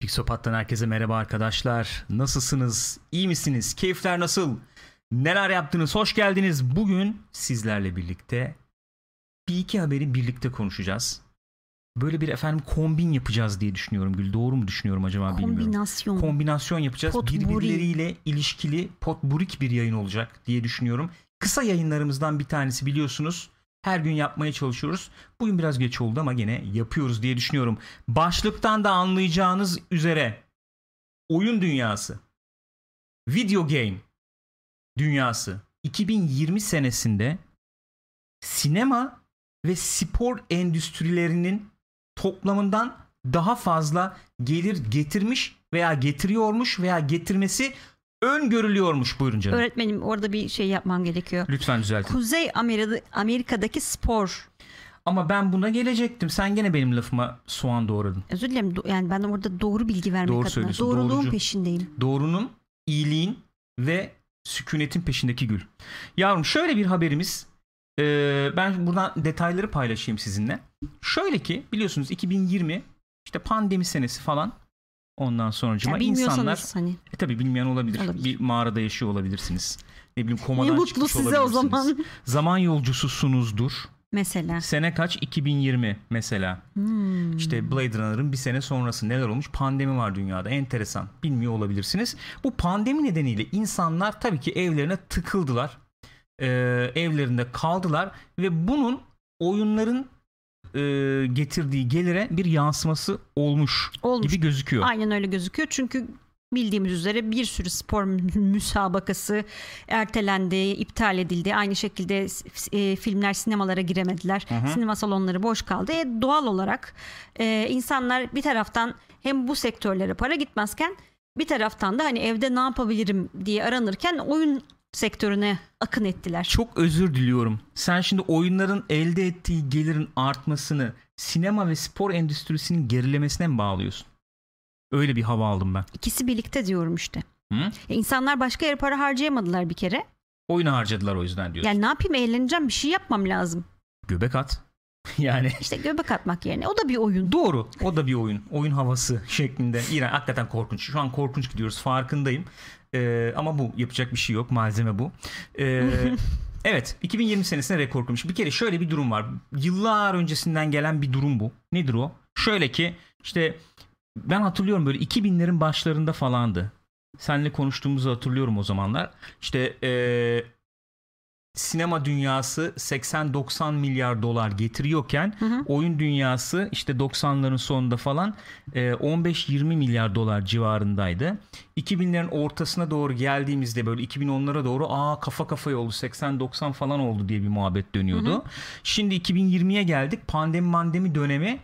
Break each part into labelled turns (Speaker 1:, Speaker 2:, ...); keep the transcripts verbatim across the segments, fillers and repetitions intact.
Speaker 1: Pixopat'tan herkese merhaba arkadaşlar. Nasılsınız? İyi misiniz? Keyifler nasıl? Neler yaptınız? Hoş geldiniz. Bugün sizlerle birlikte bir iki haberi birlikte konuşacağız. Böyle bir efendim kombin yapacağız diye düşünüyorum Gül. Doğru mu düşünüyorum acaba bilmiyorum.
Speaker 2: Kombinasyon.
Speaker 1: Kombinasyon yapacağız.
Speaker 2: Potpourri.
Speaker 1: Birbirleriyle ilişkili potburik bir yayın olacak diye düşünüyorum. Kısa yayınlarımızdan bir tanesi biliyorsunuz. Her gün yapmaya çalışıyoruz. Bugün biraz geç oldu ama gene yapıyoruz diye düşünüyorum. Başlıktan da anlayacağınız üzere oyun dünyası, video game dünyası iki bin yirmi senesinde sinema ve spor endüstrilerinin toplamından daha fazla gelir getirmiş veya getiriyormuş veya getirmesi öngörülüyormuş. Buyurun canım.
Speaker 2: Öğretmenim, orada bir şey yapmam gerekiyor.
Speaker 1: Lütfen düzeltin.
Speaker 2: Kuzey Amerika, Amerika'daki spor.
Speaker 1: Ama ben buna gelecektim. Sen gene benim lafıma soğan doğradın.
Speaker 2: Özür dilerim. Yani ben orada doğru bilgi vermek
Speaker 1: Doğru
Speaker 2: adına.
Speaker 1: söylüyorsun.
Speaker 2: Doğruluğun
Speaker 1: Doğrucu.
Speaker 2: peşindeyim.
Speaker 1: Doğrunun, iyiliğin ve sükunetin peşindeki Gül. Yavrum şöyle bir haberimiz. Ee, ben buradan detayları paylaşayım sizinle. Şöyle ki biliyorsunuz iki bin yirmi işte pandemi senesi falan. Ondan sonracıma insanlar
Speaker 2: hani.
Speaker 1: e tabii bilmeyen olabilir.
Speaker 2: olabilir.
Speaker 1: Bir mağarada yaşıyor olabilirsiniz. Ne bileyim komadan
Speaker 2: Ne mutlu
Speaker 1: çıkmış
Speaker 2: size o zaman.
Speaker 1: Zaman yolcususunuzdur.
Speaker 2: Mesela.
Speaker 1: Sene kaç? iki bin yirmi mesela.
Speaker 2: Hmm.
Speaker 1: İşte Blade Runner'ın bir sene sonrası neler olmuş? Pandemi var dünyada. Enteresan. Bilmiyor olabilirsiniz. Bu pandemi nedeniyle insanlar tabii ki evlerine tıkıldılar. Ee, evlerinde kaldılar ve bunun oyunların e, getirdiği gelire bir yansıması olmuş,
Speaker 2: olmuş
Speaker 1: gibi gözüküyor.
Speaker 2: Aynen öyle gözüküyor. Çünkü bildiğimiz üzere bir sürü spor müsabakası ertelendi, iptal edildi. Aynı şekilde e, filmler sinemalara giremediler. Hı hı. Sinema salonları boş kaldı. E, doğal olarak e, insanlar bir taraftan hem bu sektörlere para gitmezken bir taraftan da hani evde ne yapabilirim diye aranırken oyun sektörüne akın ettiler.
Speaker 1: Çok özür diliyorum. Sen şimdi oyunların elde ettiği gelirin artmasını sinema ve spor endüstrisinin gerilemesine mi bağlıyorsun? Öyle bir hava aldım ben.
Speaker 2: İkisi birlikte diyorum işte.
Speaker 1: Hı?
Speaker 2: E, insanlar başka yere para harcayamadılar bir kere.
Speaker 1: Oyunu harcadılar o yüzden diyorsun.
Speaker 2: Yani ne yapayım, eğleneceğim, bir şey yapmam lazım.
Speaker 1: Göbek at. Yani.
Speaker 2: İşte göbek atmak yerine. O da bir oyun.
Speaker 1: Doğru. O da bir oyun. Oyun havası şeklinde. İran hakikaten korkunç. Şu an korkunç gidiyoruz. Farkındayım. Ee, ama bu yapacak bir şey yok. Malzeme bu. Ee, evet. iki bin yirmi senesinde rekor kırmış. Bir kere şöyle bir durum var. Yıllar öncesinden gelen bir durum bu. Nedir o? Şöyle ki işte ben hatırlıyorum böyle iki binlerin başlarında falandı. Seninle konuştuğumuzu hatırlıyorum o zamanlar. İşte eee sinema dünyası seksen doksan milyar dolar getiriyorken hı hı. oyun dünyası işte doksanların sonunda falan on beş yirmi milyar dolar civarındaydı. iki binlerin ortasına doğru geldiğimizde böyle iki bin onlara doğru aa kafa kafaya oldu, seksen doksan falan oldu diye bir muhabbet dönüyordu. Hı hı. Şimdi iki bin yirmiye geldik. Pandemi mandemi dönemi.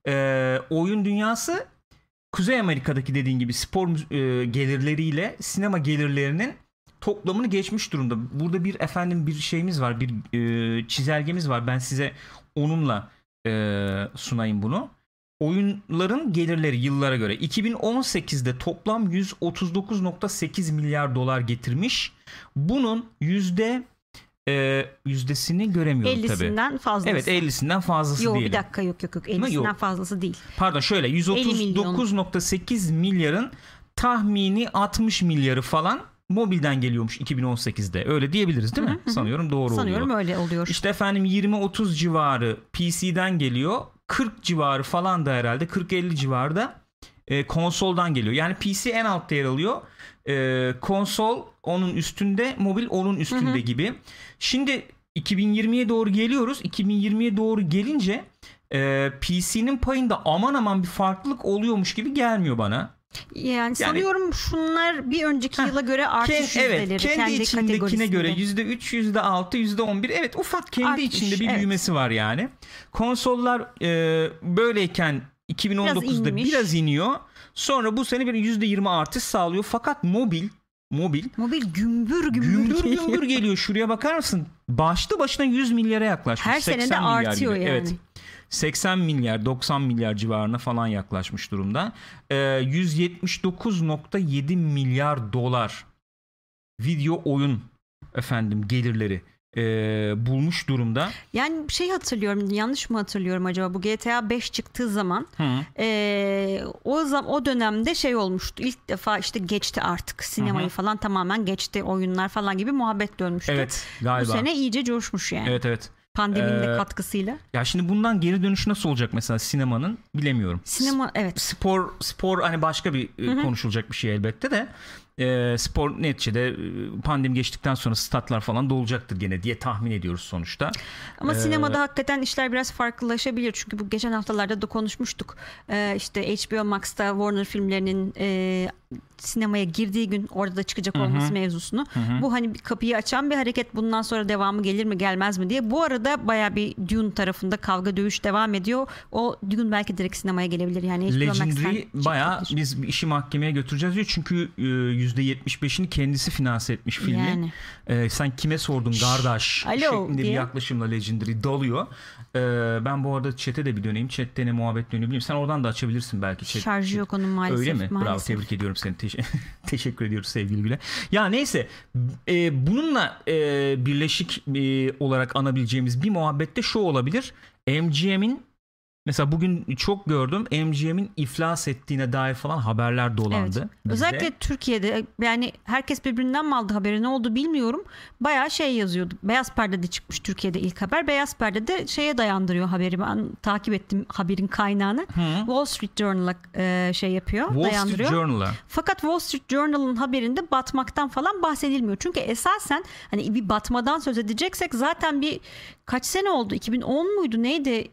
Speaker 1: E, oyun dünyası Kuzey Amerika'daki dediğin gibi spor e, gelirleriyle sinema gelirlerinin toplamını geçmiş durumda. Burada bir efendim bir şeyimiz var, bir e, çizelgemiz var. Ben size onunla e, sunayım bunu. Oyunların gelirleri yıllara göre iki bin on sekizde toplam yüz otuz dokuz virgül sekiz milyar dolar getirmiş. Bunun yüzde e, yüzdesini göremiyorum tabii.
Speaker 2: ellisinden fazlası.
Speaker 1: Evet, ellisinden fazlası
Speaker 2: yok,
Speaker 1: diyelim.
Speaker 2: Bir dakika yok yok yok. ellisinden yok. Fazlası değil.
Speaker 1: Pardon şöyle yüz otuz dokuz virgül sekiz milyarın tahmini altmış milyarı falan mobilden geliyormuş iki bin on sekizde. Öyle diyebiliriz değil mi? Hı hı. Sanıyorum doğru
Speaker 2: Sanıyorum
Speaker 1: oluyor.
Speaker 2: öyle oluyor.
Speaker 1: İşte efendim yirmi otuz civarı P C'den geliyor. kırk civarı falan da herhalde kırk elli civarı da e, konsoldan geliyor. Yani P C en altta yer alıyor. E, konsol onun üstünde, mobil onun üstünde hı hı. gibi. Şimdi iki bin yirmiye doğru geliyoruz. iki bin yirmiye doğru gelince e, P C'nin payında aman aman bir farklılık oluyormuş gibi gelmiyor bana.
Speaker 2: Yani, yani sanıyorum şunlar bir önceki heh, yıla göre artış
Speaker 1: kend,
Speaker 2: yüzdeleri.
Speaker 1: Evet, kendi, kendi içindekine göre yüzde üç, yüzde altı, yüzde on bir. Evet, ufak kendi Artmış, içinde bir evet. büyümesi var yani. Konsollar e, böyleyken iki bin on dokuzda biraz, biraz iniyor. Sonra bu sene bir yüzde yirmi artış sağlıyor. Fakat mobil Mobil.
Speaker 2: Mobil gümbür gümbür,
Speaker 1: gümbür geliyor. gümbür geliyor. Şuraya bakar mısın? Başlı başına yüz milyara yaklaşmış.
Speaker 2: Her sene de artıyor yani.
Speaker 1: Evet. seksen milyar doksan milyar civarına falan yaklaşmış durumda. Ee, yüz yetmiş dokuz virgül yedi milyar dolar video oyun efendim gelirleri e, bulmuş durumda.
Speaker 2: Yani şey hatırlıyorum, yanlış mı hatırlıyorum acaba, bu G T A beş çıktığı zaman e, o zaman o dönemde şey olmuştu. İlk defa işte geçti artık sinemayı, hı hı, falan tamamen geçti, oyunlar falan gibi muhabbet dönmüştü.
Speaker 1: Evet, galiba.
Speaker 2: Bu sene iyice coşmuş yani.
Speaker 1: Evet evet.
Speaker 2: Pandeminin de
Speaker 1: ee,
Speaker 2: katkısıyla.
Speaker 1: Ya şimdi bundan geri dönüş nasıl olacak mesela sinemanın, bilemiyorum.
Speaker 2: Sinema evet.
Speaker 1: Spor spor hani başka bir, hı hı, konuşulacak bir şey elbette de. E, spor neticede pandemi geçtikten sonra statlar falan dolacaktır gene diye tahmin ediyoruz sonuçta.
Speaker 2: Ama
Speaker 1: ee,
Speaker 2: sinemada hakikaten işler biraz farklılaşabilir. Çünkü bu geçen haftalarda da konuşmuştuk. Ee, işte H B O Max'ta Warner filmlerinin e, sinemaya girdiği gün orada da çıkacak olması, hı hı, mevzusunu. Hı hı. Bu hani bir kapıyı açan bir hareket. Bundan sonra devamı gelir mi gelmez mi diye. Bu arada bayağı bir Dune tarafında kavga dövüş devam ediyor. O Dune belki direkt sinemaya gelebilir. Yani H B O
Speaker 1: Legendary bayağı biz işi mahkemeye götüreceğiz diyor. Çünkü e, yüzde yetmiş beşini kendisi finanse etmiş filmi. Yani. Ee, sen kime sordun kardeş şeklinde diye bir yaklaşımla Legendary dalıyor. Ee, ben bu arada chat'e de bir döneyim. Chat'te ne muhabbet dönüyor bilmiyorum. Sen oradan da açabilirsin belki. Chat,
Speaker 2: Şarjı
Speaker 1: chat.
Speaker 2: yok onun maalesef.
Speaker 1: Öyle mi?
Speaker 2: Maalesef.
Speaker 1: Bravo, tebrik ediyorum seni. Teş- teşekkür ediyoruz sevgili Güle. Ya neyse e, bununla e, birleşik e, olarak anabileceğimiz bir muhabbette şu olabilir. M G M'in mesela bugün çok gördüm, M G M'in iflas ettiğine dair falan haberler dolandı.
Speaker 2: Evet. Özellikle Türkiye'de yani herkes birbirinden mi aldı haberi, ne oldu bilmiyorum. Bayağı şey yazıyordu. Beyaz Perde'de çıkmış Türkiye'de ilk haber. Beyaz Perde'de şeye dayandırıyor haberi. Ben takip ettim haberin kaynağını. Hı. Wall Street Journal'a e, şey yapıyor.
Speaker 1: Wall
Speaker 2: dayandırıyor.
Speaker 1: Street Journal'a.
Speaker 2: Fakat Wall Street Journal'ın haberinde batmaktan falan bahsedilmiyor. Çünkü esasen hani bir batmadan söz edeceksek zaten bir kaç sene oldu? iki bin on muydu neydi?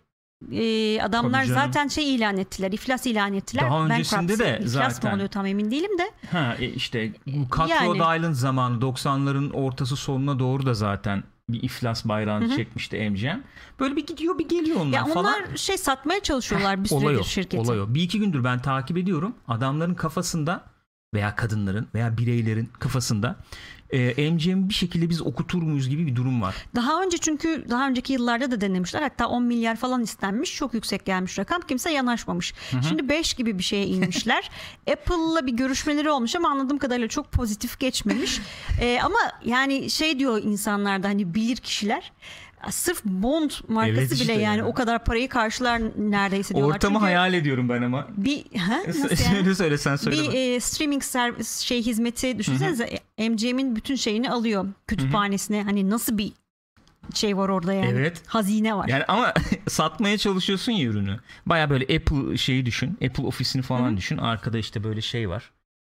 Speaker 2: Ee, adamlar zaten şey ilan ettiler, iflas ilan ettiler.
Speaker 1: Daha öncesinde de
Speaker 2: iflas
Speaker 1: zaten.
Speaker 2: İflas mı oluyor tam emin değilim de.
Speaker 1: Ha e işte Cutthroat yani. Island zamanı doksanların ortası sonuna doğru da zaten bir iflas bayrağını, hı hı, çekmişti M G M. Böyle bir gidiyor bir geliyor onlar
Speaker 2: ya
Speaker 1: falan.
Speaker 2: Onlar şey satmaya çalışıyorlar bir süredir şirketi.
Speaker 1: Olay o. Bir iki gündür ben takip ediyorum. Adamların kafasında veya kadınların veya bireylerin kafasında e, M G M'i bir şekilde biz okutur muyuz gibi bir durum var.
Speaker 2: Daha önce çünkü daha önceki yıllarda da denemişler. Hatta on milyar falan istenmiş. Çok yüksek gelmiş rakam. Kimse yanaşmamış. Hı hı. Şimdi beş gibi bir şeye inmişler. Apple'la bir görüşmeleri olmuş ama anladığım kadarıyla çok pozitif geçmemiş. e, ama yani şey diyor insanlar da, hani bilir kişiler, sırf Bond markası, evet işte bile yani ya. O kadar parayı karşılar neredeyse diyorlar.
Speaker 1: Ortamı çünkü hayal ediyorum ben ama.
Speaker 2: Bir ha, nasıl yani?
Speaker 1: Söyle söyle sen söyle.
Speaker 2: Bir e, streaming servis şey hizmeti düşünsenize, M G M'in bütün şeyini alıyor kütüphanesine. Hı-hı. Hani nasıl bir şey var orada yani. Evet. Hazine var.
Speaker 1: Yani ama satmaya çalışıyorsun ya ürünü. Baya böyle Apple şeyi düşün. Apple ofisini falan, hı-hı, düşün. Arkada işte böyle şey var.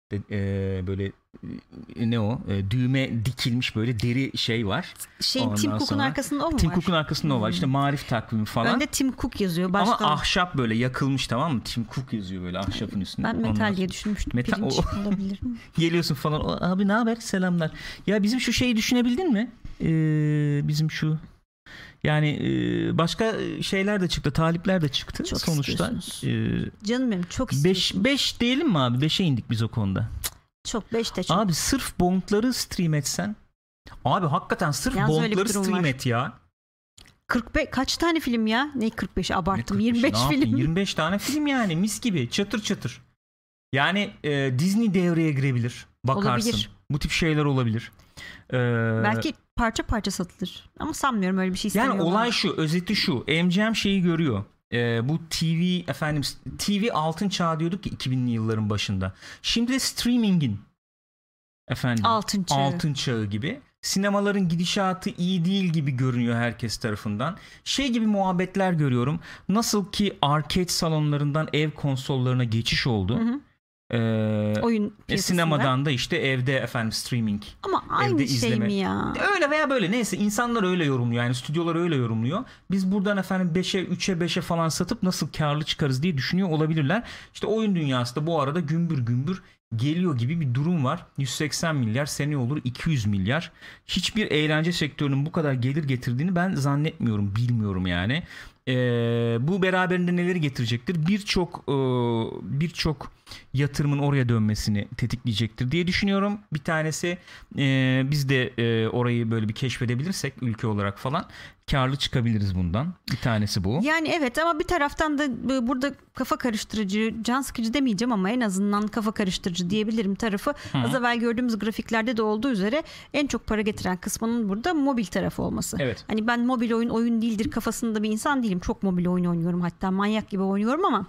Speaker 1: Ee, böyle ne o e, düğme dikilmiş böyle deri şey var.
Speaker 2: Şey, Tim Cook'un arkasında o mu
Speaker 1: Tim
Speaker 2: var?
Speaker 1: Tim Cook'un arkasında o var. İşte marif takvimi falan.
Speaker 2: Önde Tim Cook yazıyor. Başka
Speaker 1: ama ahşap böyle yakılmış, tamam mı? Tim Cook yazıyor böyle ahşapın üstünde.
Speaker 2: Ben metal Ondan diye düşünmüştüm. Metal, pirinç o... olabilir mi?
Speaker 1: Geliyorsun falan. Abi ne haber? Selamlar. Ya bizim şu şeyi düşünebildin mi? Ee, bizim şu yani başka şeyler de çıktı, talipler de çıktı çok sonuçta.
Speaker 2: Ee, Canım benim çok istiyorsunuz.
Speaker 1: beş diyelim mi abi? beşe indik biz o konuda.
Speaker 2: Çok beş de çok.
Speaker 1: Abi sırf Bond'ları stream etsen. Abi hakikaten sırf Yalnız Bond'ları stream var. Et ya.
Speaker 2: kırk beş kaç tane film ya? Ne kırk beşi abarttım. yirmi beş film.
Speaker 1: yirmi beş tane film yani mis gibi çatır çatır. Yani e, Disney devreye girebilir. Bakarsın. Olabilir. Bu tip şeyler olabilir. Ee,
Speaker 2: Belki parça parça satılır. Ama sanmıyorum öyle bir şey istemiyorlar.
Speaker 1: Yani olay şu, özeti şu. M G M şeyi görüyor. Ee, bu T V efendim T V altın çağı diyorduk ki iki binli yılların başında. Şimdi de streaming'in efendim
Speaker 2: altın çağı.
Speaker 1: altın çağı gibi. Sinemaların gidişatı iyi değil gibi görünüyor herkes tarafından. Şey gibi muhabbetler görüyorum. Nasıl ki arcade salonlarından ev konsollarına geçiş oldu. Hı hı. Ee,
Speaker 2: Oyun
Speaker 1: e, sinemadan da işte evde efendim streaming.
Speaker 2: Ama aynı şey izleme. Mi ya?
Speaker 1: Öyle veya böyle, neyse insanlar öyle yorumluyor. Yani stüdyolar öyle yorumluyor. Biz buradan efendim beşe üçe beşe falan satıp nasıl karlı çıkarız diye düşünüyor olabilirler. İşte oyun dünyası da bu arada gümbür gümbür geliyor gibi bir durum var. yüz seksen milyar, sene olur iki yüz milyar. Hiçbir eğlence sektörünün bu kadar gelir getirdiğini ben zannetmiyorum, bilmiyorum yani. Ee, bu beraberinde neleri getirecektir? Birçok e, birçok yatırımın oraya dönmesini tetikleyecektir diye düşünüyorum. Bir tanesi e, biz de e, orayı böyle bir keşfedebilirsek ülke olarak falan, karlı çıkabiliriz bundan. Bir tanesi bu.
Speaker 2: Yani evet, ama bir taraftan da burada kafa karıştırıcı, can sıkıcı demeyeceğim ama en azından kafa karıştırıcı diyebilirim tarafı. Hı. Az evvel gördüğümüz grafiklerde de olduğu üzere en çok para getiren kısmının burada mobil tarafı olması.
Speaker 1: Evet.
Speaker 2: Hani ben mobil oyun oyun değildir kafasında bir insan değilim. Çok mobil oyun oynuyorum, hatta manyak gibi oynuyorum ama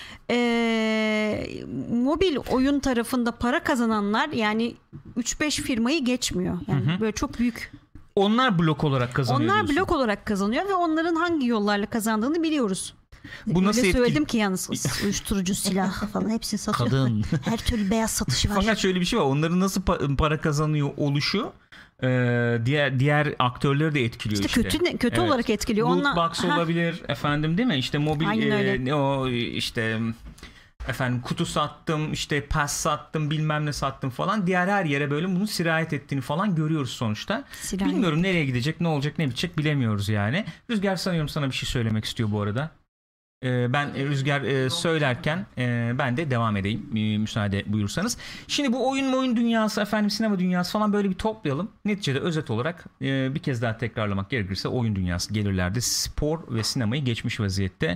Speaker 2: Ee, mobil oyun tarafında para kazananlar yani üç beş firmayı geçmiyor. Yani hı hı. böyle çok büyük.
Speaker 1: Onlar blok olarak kazanıyor.
Speaker 2: Onlar
Speaker 1: diyorsun.
Speaker 2: blok olarak kazanıyor ve onların hangi yollarla kazandığını biliyoruz.
Speaker 1: Bu nasıl
Speaker 2: Öyle söyledim
Speaker 1: etkili...
Speaker 2: ki yalnız uyuşturucu, silah falan hepsini satıyor.
Speaker 1: Kadın.
Speaker 2: Her türlü beyaz satışı var.
Speaker 1: Fakat şöyle bir şey var. Onların nasıl para kazanıyor oluşu diğer diğer aktörleri de etkiliyor işte.
Speaker 2: İşte kötü kötü evet. olarak etkiliyor.
Speaker 1: Loot box olabilir efendim, değil mi? İşte mobil e, o işte efendim kutu sattım, işte pass sattım, bilmem ne sattım falan. Diğer her yere böyle bunun sirayet ettiğini falan görüyoruz sonuçta. Sirayet. Bilmiyorum nereye gidecek, ne olacak, ne bitecek bilemiyoruz yani. Rüzgar sanıyorum sana bir şey söylemek istiyor bu arada. Ben Rüzgar söylerken ben de devam edeyim müsaade buyursanız. Şimdi bu oyun oyun dünyası, efendim sinema dünyası falan böyle bir toplayalım. Neticede özet olarak bir kez daha tekrarlamak gerekirse oyun dünyası gelirlerde spor ve sinemayı geçmiş vaziyette.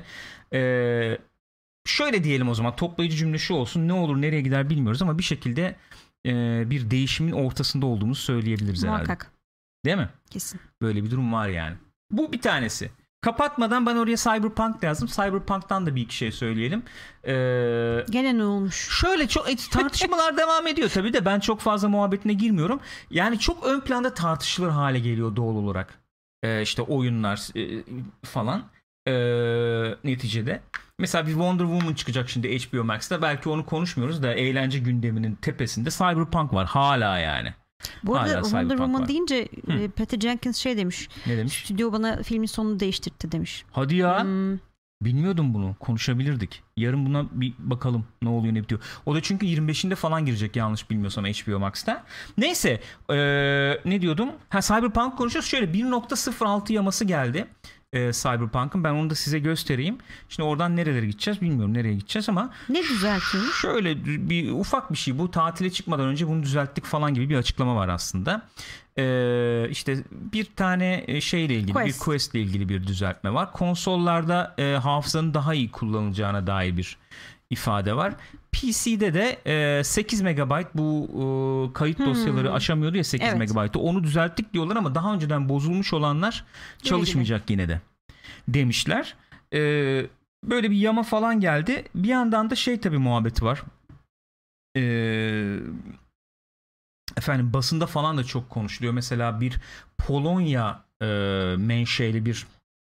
Speaker 1: Şöyle diyelim o zaman, toplayıcı cümle şu olsun: ne olur nereye gider bilmiyoruz ama bir şekilde bir değişimin ortasında olduğumuzu söyleyebiliriz herhalde.
Speaker 2: Muhakkak.
Speaker 1: Değil mi?
Speaker 2: Kesin.
Speaker 1: Böyle bir durum var yani. Bu bir tanesi. Kapatmadan ben oraya Cyberpunk yazdım. Cyberpunk'tan da bir iki şey söyleyelim. Ee,
Speaker 2: Gene ne olmuş?
Speaker 1: Şöyle çok tartışmalar devam ediyor tabii de ben çok fazla muhabbetine girmiyorum. Yani çok ön planda tartışılır hale geliyor doğal olarak. Ee, işte oyunlar e, falan e, neticede. Mesela bir Wonder Woman çıkacak şimdi H B O Max'ta. Belki onu konuşmuyoruz da eğlence gündeminin tepesinde Cyberpunk var hala yani.
Speaker 2: Bu arada Wonder Woman deyince Hı. Patty Jenkins şey demiş.
Speaker 1: Ne demiş?
Speaker 2: Stüdyo bana filmin sonunu değiştirtti demiş.
Speaker 1: Hadi ya. Hmm. Bilmiyordum bunu. Konuşabilirdik. Yarın buna bir bakalım ne oluyor ne bitiyor. O da çünkü yirmi beşinde falan girecek yanlış bilmiyorsam H B O Max'ta. Neyse ee, ne diyordum? Ha, Cyberpunk konuşuyoruz. Şöyle bir nokta sıfır altı yaması geldi. Ee, Cyberpunk'ın. Ben onu da size göstereyim. Şimdi oradan nerelere gideceğiz bilmiyorum nereye gideceğiz ama.
Speaker 2: Ne düzeltiyor?
Speaker 1: Şöyle bir ufak bir şey. Bu tatile çıkmadan önce bunu düzelttik falan gibi bir açıklama var aslında. Ee, işte bir tane şeyle ilgili Quest. bir Quest ile ilgili bir düzeltme var. Konsollarda e, hafızanın daha iyi kullanılacağına dair bir ifade var. P C'de de e, sekiz megabayt bu e, kayıt hmm. dosyaları aşamıyordu ya sekiz evet. megabaytı. Onu düzelttik diyorlar ama daha önceden bozulmuş olanlar çalışmayacak yine de demişler. E, böyle bir yama falan geldi. Bir yandan da şey tabii muhabbeti var. Eee Efendim basında falan da çok konuşuluyor. Mesela bir Polonya e, menşeli bir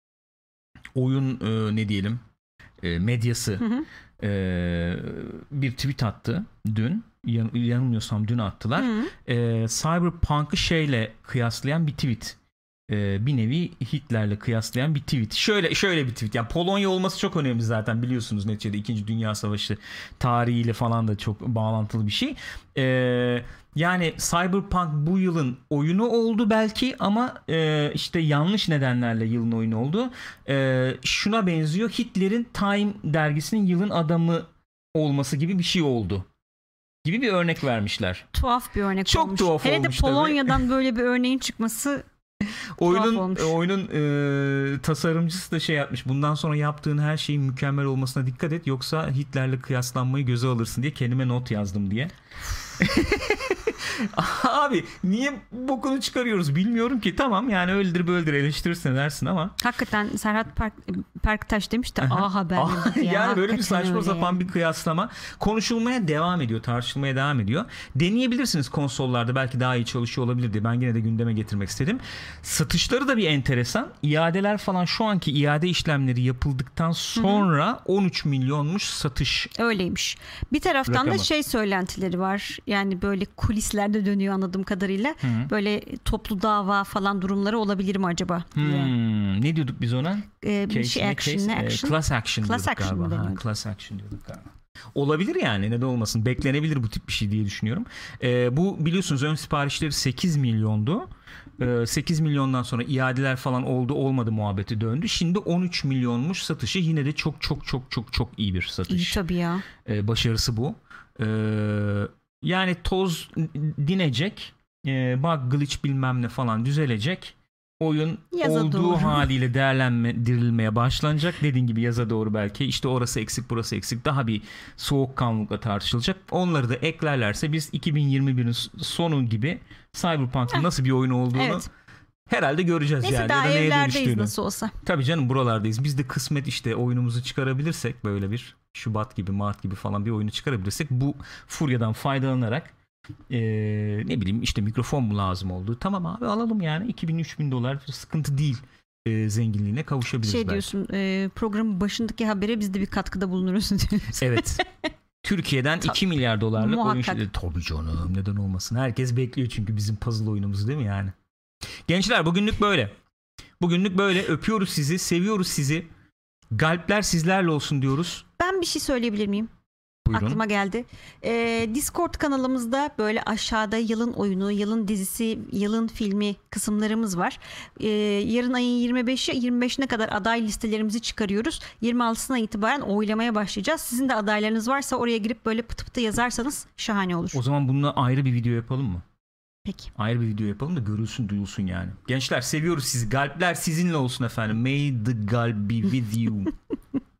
Speaker 1: oyun e, ne diyelim e, medyası hı hı. E, bir tweet attı dün. Yan, yanılmıyorsam dün attılar. Hı hı. E, Cyberpunk'ı şeyle kıyaslayan bir tweet. E, bir nevi Hitler'le kıyaslayan bir tweet. Şöyle şöyle bir tweet. Yani Polonya olması çok önemli zaten biliyorsunuz neticede İkinci Dünya Savaşı tarihiyle falan da çok bağlantılı bir şey. Eee Yani Cyberpunk bu yılın oyunu oldu belki ama e, işte yanlış nedenlerle yılın oyunu oldu. E, şuna benziyor, Hitler'in Time dergisinin yılın adamı olması gibi bir şey oldu. Gibi bir örnek vermişler.
Speaker 2: Tuhaf bir örnek
Speaker 1: Çok
Speaker 2: olmuş.
Speaker 1: tuhaf
Speaker 2: Hele
Speaker 1: olmuş
Speaker 2: de Polonya'dan tabii. Böyle bir örneğin çıkması
Speaker 1: oyunun oyunun e, tasarımcısı da şey yapmış. Bundan sonra yaptığın her şeyin mükemmel olmasına dikkat et yoksa Hitler'le kıyaslanmayı göze alırsın diye kendime not yazdım diye. Abi niye bokunu çıkarıyoruz bilmiyorum ki. Tamam yani öyledir böyledir eleştirirsin dersin ama.
Speaker 2: Hakikaten Serhat Park, Parktaş demiş de A Haber.
Speaker 1: Ya, yani böyle bir saçma sapan yani. Bir kıyaslama konuşulmaya devam ediyor, tartışılmaya devam ediyor. Deneyebilirsiniz konsollarda, belki daha iyi çalışıyor olabilir diye ben yine de gündeme getirmek istedim. Satışları da bir enteresan. İadeler falan şu anki iade işlemleri yapıldıktan sonra Hı-hı. on üç milyonmuş satış.
Speaker 2: Öyleymiş. Bir taraftan rakamı. Da şey söylentileri var. Yani böyle kulislerde dönüyor anladığım kadarıyla. Hı-hı. Böyle toplu dava falan durumları olabilir mi acaba?
Speaker 1: Hmm. Ne diyorduk biz ona?
Speaker 2: Ee, bir şey action,
Speaker 1: case,
Speaker 2: ne action?
Speaker 1: Class action
Speaker 2: class
Speaker 1: diyorduk
Speaker 2: action
Speaker 1: galiba. Ha, class action diyorduk galiba. Olabilir yani, neden olmasın. Beklenebilir bu tip bir şey diye düşünüyorum. Ee, bu biliyorsunuz ön siparişleri sekiz milyondu. Ee, sekiz milyondan sonra iadeler falan oldu olmadı muhabbeti döndü. Şimdi on üç milyonmuş satışı, yine de çok çok çok çok çok iyi bir satış.
Speaker 2: İyi tabii ya.
Speaker 1: Ee, başarısı bu. Ee, yani toz dinecek, ee, bug glitch bilmem ne falan düzelecek. oyun
Speaker 2: yaza
Speaker 1: olduğu
Speaker 2: doğru.
Speaker 1: haliyle değerlendirilmeye başlanacak. Dediğin gibi yaza doğru belki işte orası eksik burası eksik daha bir soğukkanlılıkla tartışılacak. Onları da eklerlerse biz iki bin yirmi birin sonu gibi Cyberpunk'ın nasıl bir oyun olduğunu evet. herhalde göreceğiz.
Speaker 2: Neyse
Speaker 1: yani.
Speaker 2: daha
Speaker 1: ya da
Speaker 2: evlerdeyiz nasıl olsa.
Speaker 1: Tabii canım buralardayız. Biz de kısmet işte oyunumuzu çıkarabilirsek böyle bir Şubat gibi Mart gibi falan bir oyunu çıkarabilirsek bu furyadan faydalanarak Ee, ne bileyim işte mikrofon mu lazım oldu. Tamam abi alalım yani iki bin üç bin dolar sıkıntı değil. Ee, zenginliğine kavuşabiliriz
Speaker 2: şey
Speaker 1: belki.
Speaker 2: diyorsun e, programın başındaki habere biz de bir katkıda bulunuruz diyorsun.
Speaker 1: Evet. Türkiye'den iki milyar dolarlık
Speaker 2: muhakkak.
Speaker 1: oyun. Tabii canım neden olmasın. Herkes bekliyor çünkü bizim puzzle oyunumuzu değil mi yani? Gençler bugünlük böyle. Bugünlük böyle. Öpüyoruz sizi. Seviyoruz sizi. Galpler sizlerle olsun diyoruz.
Speaker 2: Ben bir şey söyleyebilir miyim?
Speaker 1: Buyurun.
Speaker 2: Aklıma geldi. Ee, Discord kanalımızda böyle aşağıda yılın oyunu, yılın dizisi, yılın filmi kısımlarımız var. Ee, yarın ayın yirmi beşi yirmi beşine kadar aday listelerimizi çıkarıyoruz. yirmi altısına itibaren oylamaya başlayacağız. Sizin de adaylarınız varsa oraya girip böyle pıtı pıtı yazarsanız şahane olur.
Speaker 1: O zaman bununla ayrı bir video yapalım mı?
Speaker 2: Peki.
Speaker 1: Ayrı bir video yapalım da görülsün duyulsun yani. Gençler seviyoruz sizi. Galpler sizinle olsun efendim. May the galp be with you.